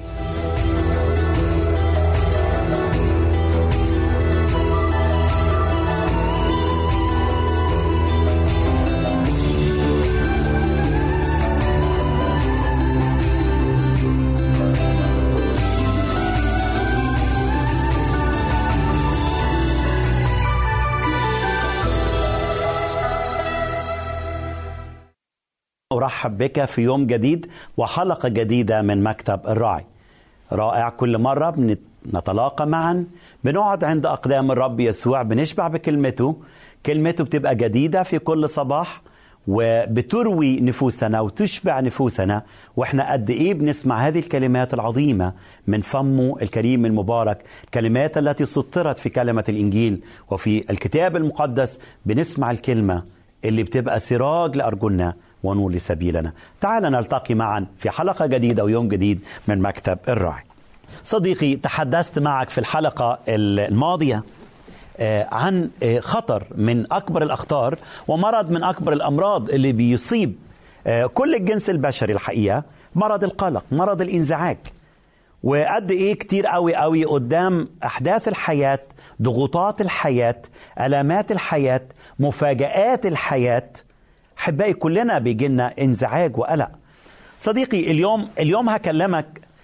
أرحب بك في يوم جديد وحلقة جديدة من مكتب الراعي. رائع، كل مرة نتلاقى معا، بنقعد عند أقدام الرب يسوع، بنشبع بكلمته. كلمته بتبقى جديدة في كل صباح وبتروي نفوسنا وتشبع نفوسنا، وإحنا قد إيه بنسمع هذه الكلمات العظيمة من فمه الكريم المبارك، الكلمات التي سطرت في كلمة الإنجيل وفي الكتاب المقدس. بنسمع الكلمة اللي بتبقى سراج لأرجلنا ونور لسبيلنا. تعال نلتقي معا في حلقة جديدة ويوم جديد من مكتب الراعي. صديقي، تحدثت معك في الحلقة الماضية عن خطر من أكبر الأخطار ومرض من أكبر الأمراض اللي بيصيب كل الجنس البشري الحقيقة، مرض القلق، مرض الانزعاج. وقد إيه كتير قوي قدام أحداث الحياة، ضغوطات الحياة، ألامات الحياة، مفاجآت الحياة، حبائي كلنا بيجينا انزعاج وقلق. صديقي، اليوم هكلمك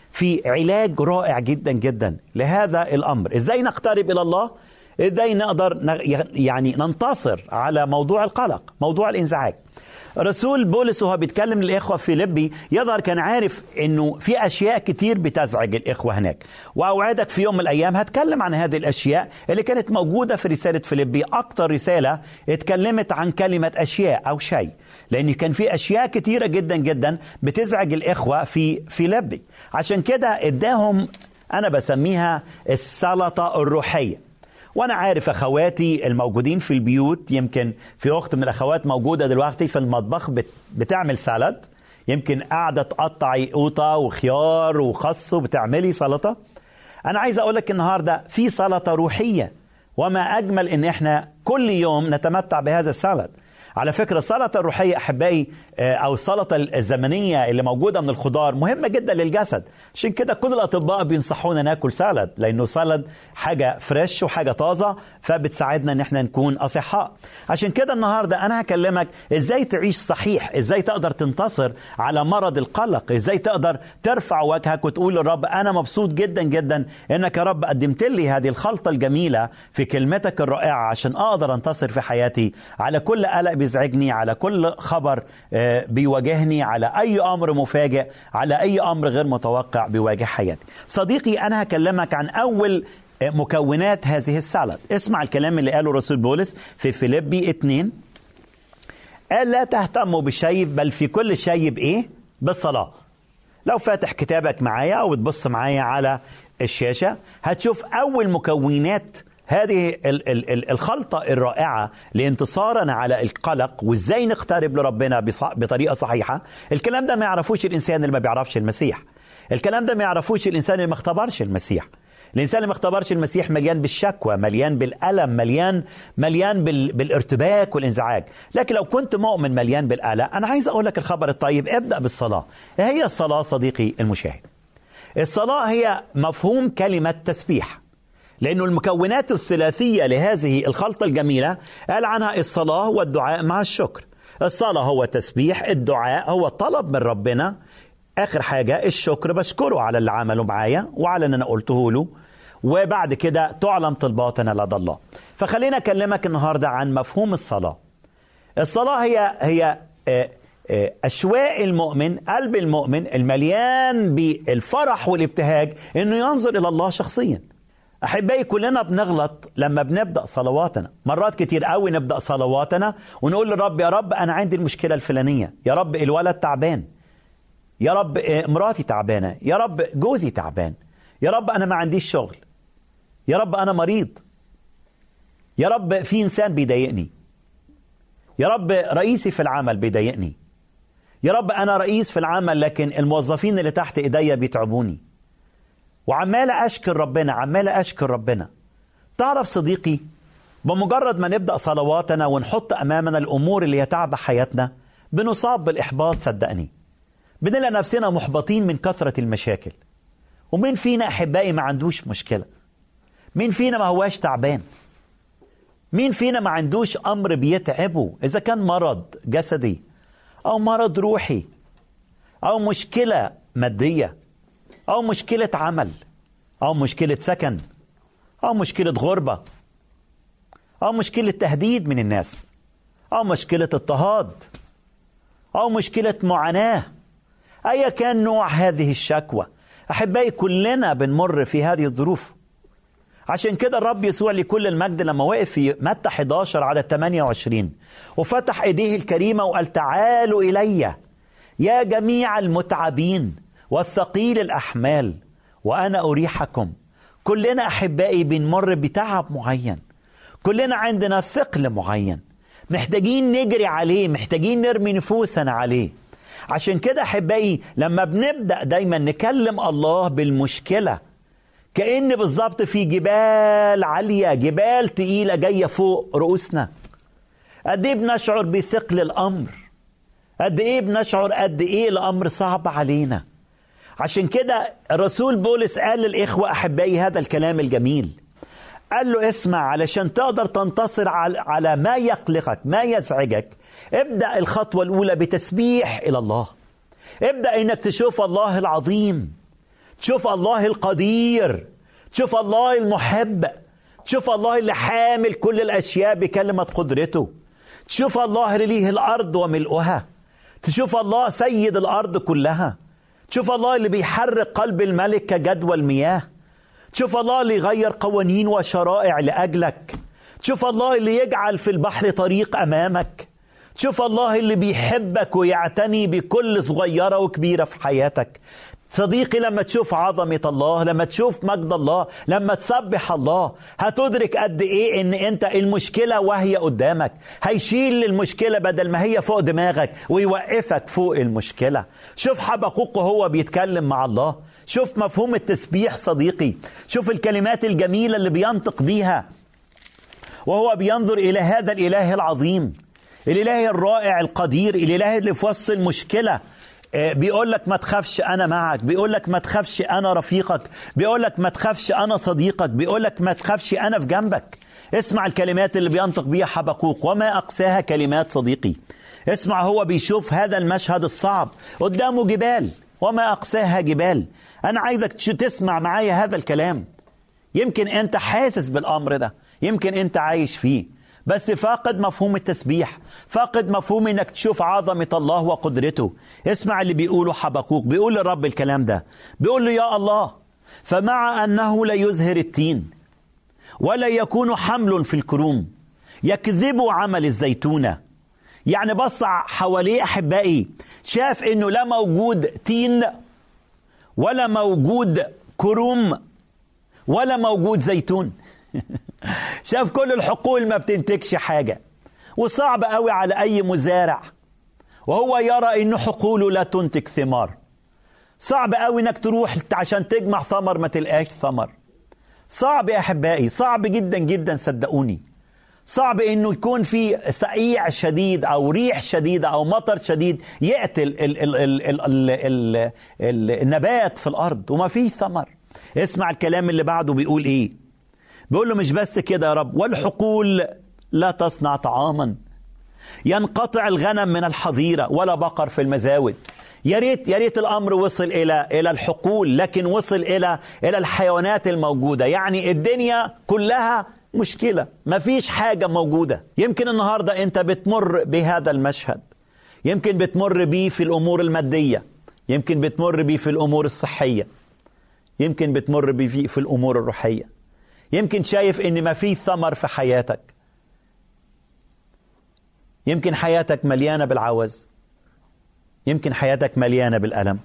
في علاج رائع جدا جدا لهذا الأمر. إزاي نقترب إلى الله؟ إزاي نقدر يعني ننتصر على موضوع القلق، موضوع الانزعاج. رسول بولس وهو بيتكلم للإخوة في فيليبي يظهر كان عارف إنه في أشياء كتير بتزعج الإخوة هناك، وأوعدك في يوم من الأيام هتكلم عن هذه الأشياء اللي كانت موجودة في رسالة فيليبي. أكتر رسالة اتكلمت عن كلمة أشياء أو شيء، لأن كان في أشياء كتيرة جدا جدا بتزعج الإخوة في فيليبي. عشان كده اداهم أنا بسميها السلطة الروحية. وأنا عارف أخواتي الموجودين في البيوت، يمكن في أخت من الأخوات موجودة دلوقتي في المطبخ بتعمل سلطة، يمكن قاعدة تقطعي قوطة وخيار وخس وبتعملي سلطة. أنا عايز أقولك النهاردة في سلطة روحية، وما أجمل إن إحنا كل يوم نتمتع بهذا السلطة. على فكرة السلطة الروحية أحبائي أو السلطة الزمنية اللي موجودة من الخضار مهمة جدا للجسد. عشان كده كل الأطباء بينصحونا ناكل سلد، لأنه سلد حاجة فريش وحاجة طازة، فبتساعدنا إن احنا نكون أصحاء. عشان كده النهاردة أنا هكلمك إزاي تعيش صحيح، إزاي تقدر تنتصر على مرض القلق، إزاي تقدر ترفع وجهك وتقول للرب أنا مبسوط جدا جدا إنك يا رب قدمت لي هذه الخلطة الجميلة في كلمتك الرائعة عشان أقدر أنتصر في حياتي على كل قلق بيزعجني، على كل خبر بيواجهني، على أي أمر مفاجئ، على أي أمر غير متوقع بيواجه حياتي. صديقي أنا هكلمك عن أول مكونات هذه السلطة. اسمع الكلام اللي قاله رسول بولس في فيليبي 2. قال لا تهتموا بالشيء بل في كل شيء بإيه؟ بالصلاة. لو فاتح كتابك معايا أو بتبص معايا على الشاشة هتشوف أول مكونات هذه الخلطة الرائعة لانتصارنا على القلق وإزاي نقترب لربنا بطريقة صحيحة. الكلام ده ما يعرفوش الإنسان اللي ما بيعرفش المسيح. الكلام ده ما يعرفوش الإنسان اللي ما اختبرش المسيح. الإنسان اللي ما اختبرش المسيح مليان بالشكوى، مليان بالألم، مليان بالارتباك والانزعاج. لكن لو كنت مؤمن مليان بالقلق، أنا عايز أقول لك الخبر الطيب، ابدأ بالصلاة. هي الصلاة صديقي المشاهد. الصلاة هي مفهوم كلمة تسبيح، لأنه المكونات الثلاثية لهذه الخلطة الجميلة قال عنها الصلاة والدعاء مع الشكر. الصلاة هو تسبيح، الدعاء هو طلب من ربنا، آخر حاجة الشكر بشكره على اللي عمله معايا وعلى اللي أنا قلته له، وبعد كده تعلن طلباتنا لدى الله. فخلينا أكلمك النهاردة عن مفهوم الصلاة. الصلاة هي أشواق المؤمن، قلب المؤمن المليان بالفرح والابتهاج إنه ينظر إلى الله شخصيا. أحبائي كلنا بنغلط لما بنبدأ صلواتنا. مرات كتير قوي نبدأ صلواتنا ونقول للرب يا رب أنا عندي المشكلة الفلانية، يا رب الولد تعبان، يا رب مراتي تعبانة، يا رب جوزي تعبان، يا رب أنا ما عنديش شغل، يا رب أنا مريض، يا رب في إنسان بيضايقني، يا رب رئيسي في العمل بيضايقني، يا رب أنا رئيس في العمل لكن الموظفين اللي تحت إيديا بيتعبوني. وعمال أشكر ربنا، عمال أشكر ربنا. تعرف صديقي بمجرد ما نبدأ صلواتنا ونحط أمامنا الأمور اللي يتعب حياتنا بنصاب بالإحباط. صدقني بنلاقي نفسنا محبطين من كثرة المشاكل. ومين فينا أحبائي ما عندوش مشكلة؟ مين فينا ما هواش تعبان؟ مين فينا ما عندوش أمر بيتعبه، إذا كان مرض جسدي أو مرض روحي أو مشكلة مادية أو مشكلة عمل أو مشكلة سكن أو مشكلة غربة أو مشكلة تهديد من الناس أو مشكلة اضطهاد أو مشكلة معاناة. أي كان نوع هذه الشكوى أحبائي كلنا بنمر في هذه الظروف. عشان كده الرب يسوع لكل المجد لما وقف في متى 11 على 28 وفتح ايديه الكريمة وقال تعالوا إلي يا جميع المتعبين والثقيل الأحمال وأنا أريحكم. كلنا أحبائي بنمر بتعب معين، كلنا عندنا ثقل معين محتاجين نجري عليه، محتاجين نرمي نفوسنا عليه. عشان كده أحبائي لما بنبدأ دايما نكلم الله بالمشكلة كأن بالضبط في جبال عالية، جبال تقيلة جاية فوق رؤوسنا. قد ايه بنشعر بثقل الأمر، قد ايه بنشعر قد ايه الأمر صعب علينا. عشان كده الرسول بولس قال للإخوة أحبائي هذا الكلام الجميل، قال له اسمع علشان تقدر تنتصر على ما يقلقك ما يزعجك، ابدأ الخطوة الأولى بتسبيح إلى الله. ابدأ إنك تشوف الله العظيم، تشوف الله القدير، تشوف الله المحب، تشوف الله اللي حامل كل الأشياء بكلمة قدرته، تشوف الله اللي ليه الأرض وملؤها، تشوف الله سيد الأرض كلها، تشوف الله اللي بيحرك قلب الملك كجدوى المياه، تشوف الله اللي يغير قوانين وشرائع لأجلك، تشوف الله اللي يجعل في البحر طريق أمامك، تشوف الله اللي بيحبك ويعتني بكل صغيرة وكبيرة في حياتك. صديقي، لما تشوف عظمة الله، لما تشوف مجد الله، لما تسبح الله، هتدرك قد ايه ان انت المشكلة وهي قدامك هيشيل المشكلة بدل ما هي فوق دماغك ويوقفك فوق المشكلة. شوف حبقوق وهو بيتكلم مع الله، شوف مفهوم التسبيح صديقي، شوف الكلمات الجميلة اللي بينطق بيها وهو بينظر إلى هذا الإله العظيم، الإله الرائع القدير، الإله اللي في وسط المشكلة بيقول لك ما تخافش أنا معك، بيقول لك ما تخافش أنا رفيقك، بيقول لك ما تخافش أنا صديقك، بيقول لك ما تخافش أنا في جنبك. اسمع الكلمات اللي بينطق بيها حبقوق، وما أقساها كلمات صديقي. اسمع، هو بيشوف هذا المشهد الصعب قدامه جبال، وما أقساها جبال. أنا عايزك تسمع معايا هذا الكلام. يمكن أنت حاسس بالأمر ده، يمكن أنت عايش فيه، بس فاقد مفهوم التسبيح، فاقد مفهوم انك تشوف عظمة الله وقدرته. اسمع اللي بيقوله حبقوق، بيقول للرب الكلام ده، بيقول له يا الله، فمع أنه لا يزهر التين ولا يكون حمل في الكروم يكذب عمل الزيتونة. يعني بص حواليه أحبائي، شاف انه لا موجود تين ولا موجود كروم ولا موجود زيتون. شاف كل الحقول ما بتنتجش حاجة، وصعب قوي على أي مزارع وهو يرى إنه حقوله لا تنتج ثمار. صعب قوي إنك تروح عشان تجمع ثمر ما تلقاش ثمر. صعب يا أحبائي، صعب جدا جدا صدقوني. صعب إنه يكون في سقيع شديد أو ريح شديدة أو مطر شديد يقتل النبات في الأرض وما فيه ثمر. اسمع الكلام اللي بعده بيقول إيه؟ بيقول له مش بس كده يا رب، والحقول لا تصنع طعاما، ينقطع الغنم من الحظيرة ولا بقر في المزاود. يا ريت الأمر وصل إلى الحقول، لكن وصل إلى الحيوانات الموجودة. يعني الدنيا كلها مشكلة، ما فيش حاجة موجودة. يمكن النهاردة أنت بتمر بهذا المشهد، يمكن بتمر بيه في الأمور المادية، يمكن بتمر بيه في الأمور الصحية، يمكن بتمر بيه في الأمور الروحية. يمكن شايف ان ما في ثمر في حياتك، يمكن حياتك مليانة بالعوز، يمكن حياتك مليانة بالألم.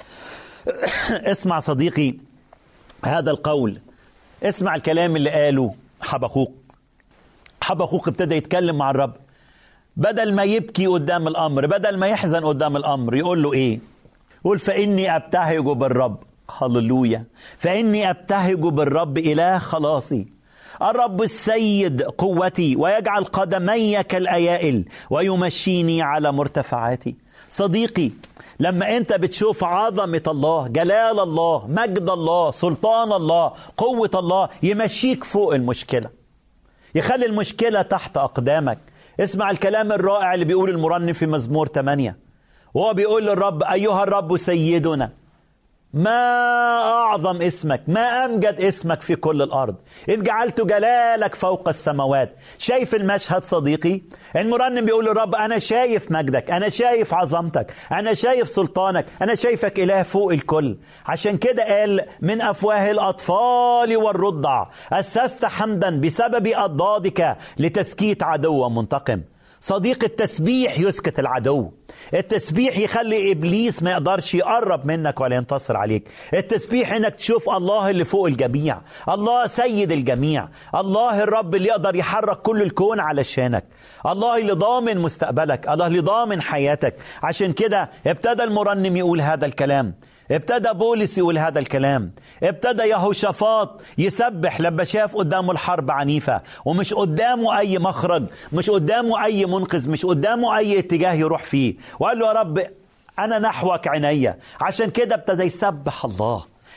اسمع صديقي هذا القول، اسمع الكلام اللي قاله حبقوق. حبقوق ابتدى يتكلم مع الرب، بدل ما يبكي قدام الأمر، بدل ما يحزن قدام الأمر، يقول له ايه؟ يقول فإني أبتهج بالرب، هللويا، فإني أبتهج بالرب إله خلاصي، الرب السيد قوتي، ويجعل قدمي كالأيائل ويمشيني على مرتفعاتي. صديقي، لما أنت بتشوف عظمة الله، جلال الله، مجد الله، سلطان الله، قوة الله، يمشيك فوق المشكلة، يخلي المشكلة تحت أقدامك. اسمع الكلام الرائع اللي بيقول المرنم في مزمور 8، وهو بيقول للرب أيها الرب سيدنا، ما أعظم اسمك، ما أمجد اسمك في كل الأرض، إذ جعلت جلالك فوق السماوات. شايف المشهد صديقي؟ المرنم بيقول للرب أنا شايف مجدك، أنا شايف عظمتك، أنا شايف سلطانك، أنا شايفك إله فوق الكل. عشان كده قال من أفواه الأطفال والرضع أسست حمدا بسبب أضدادك لتسكيت عدو منتقم. صديق، التسبيح يسكت العدو، التسبيح يخلي إبليس ما يقدرش يقرب منك ولا ينتصر عليك. التسبيح إنك تشوف الله اللي فوق الجميع، الله سيد الجميع، الله الرب اللي يقدر يحرك كل الكون علشانك، الله اللي ضامن مستقبلك، الله اللي ضامن حياتك. عشان كده ابتدى المرنم يقول هذا الكلام، ابتدى بولس يقول هذا الكلام، ابتدى يهوشافاط يسبح لما شاف قدامه الحرب عنيفة ومش قدامه أي مخرج، مش قدامه أي منقذ، مش قدامه أي اتجاه يروح فيه، وقال له يا رب أنا نحوك عينيا. عشان كده ابتدى يسبح الله،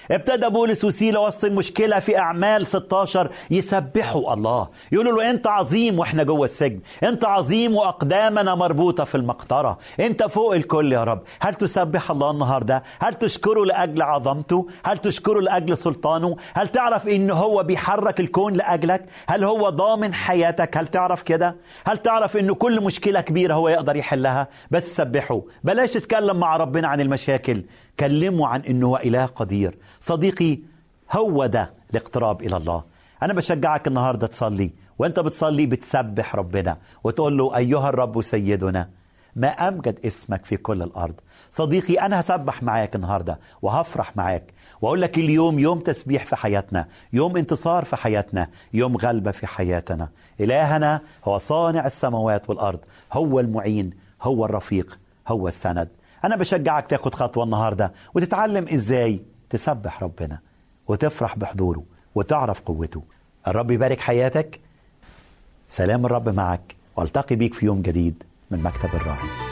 ابتدى بولس وسيلة وسط المشكلة في أعمال 16 يسبحوا الله، يقولوا له أنت عظيم وإحنا جوه السجن، أنت عظيم وأقدامنا مربوطة في المقطرة، أنت فوق الكل يا رب. هل تسبح الله النهاردة؟ هل تشكره لأجل عظمته؟ هل تشكره لأجل سلطانه؟ هل تعرف إنه هو بيحرك الكون لأجلك؟ هل هو ضامن حياتك؟ هل تعرف كده؟ هل تعرف إنه كل مشكلة كبيرة هو يقدر يحلها؟ بس سبحه. بلاش تتكلم مع ربنا عن المشاكل، كلمه عن إنه هو إله قدير. صديقي، هو ده الاقتراب إلى الله. أنا بشجعك النهاردة تصلي، وأنت بتصلي بتسبح ربنا وتقول له أيها الرب سيدنا ما أمجد اسمك في كل الأرض. صديقي، أنا هسبح معاك النهاردة وهفرح معاك وأقول لك اليوم يوم تسبيح في حياتنا، يوم انتصار في حياتنا، يوم غلبة في حياتنا. إلهنا هو صانع السماوات والأرض، هو المعين، هو الرفيق، هو السند. أنا بشجعك تاخد خطوة النهاردة وتتعلم إزاي تسبح ربنا وتفرح بحضوره وتعرف قوته. الرب يبارك حياتك. سلام الرب معك، والتقي بيك في يوم جديد من مكتب الراعي.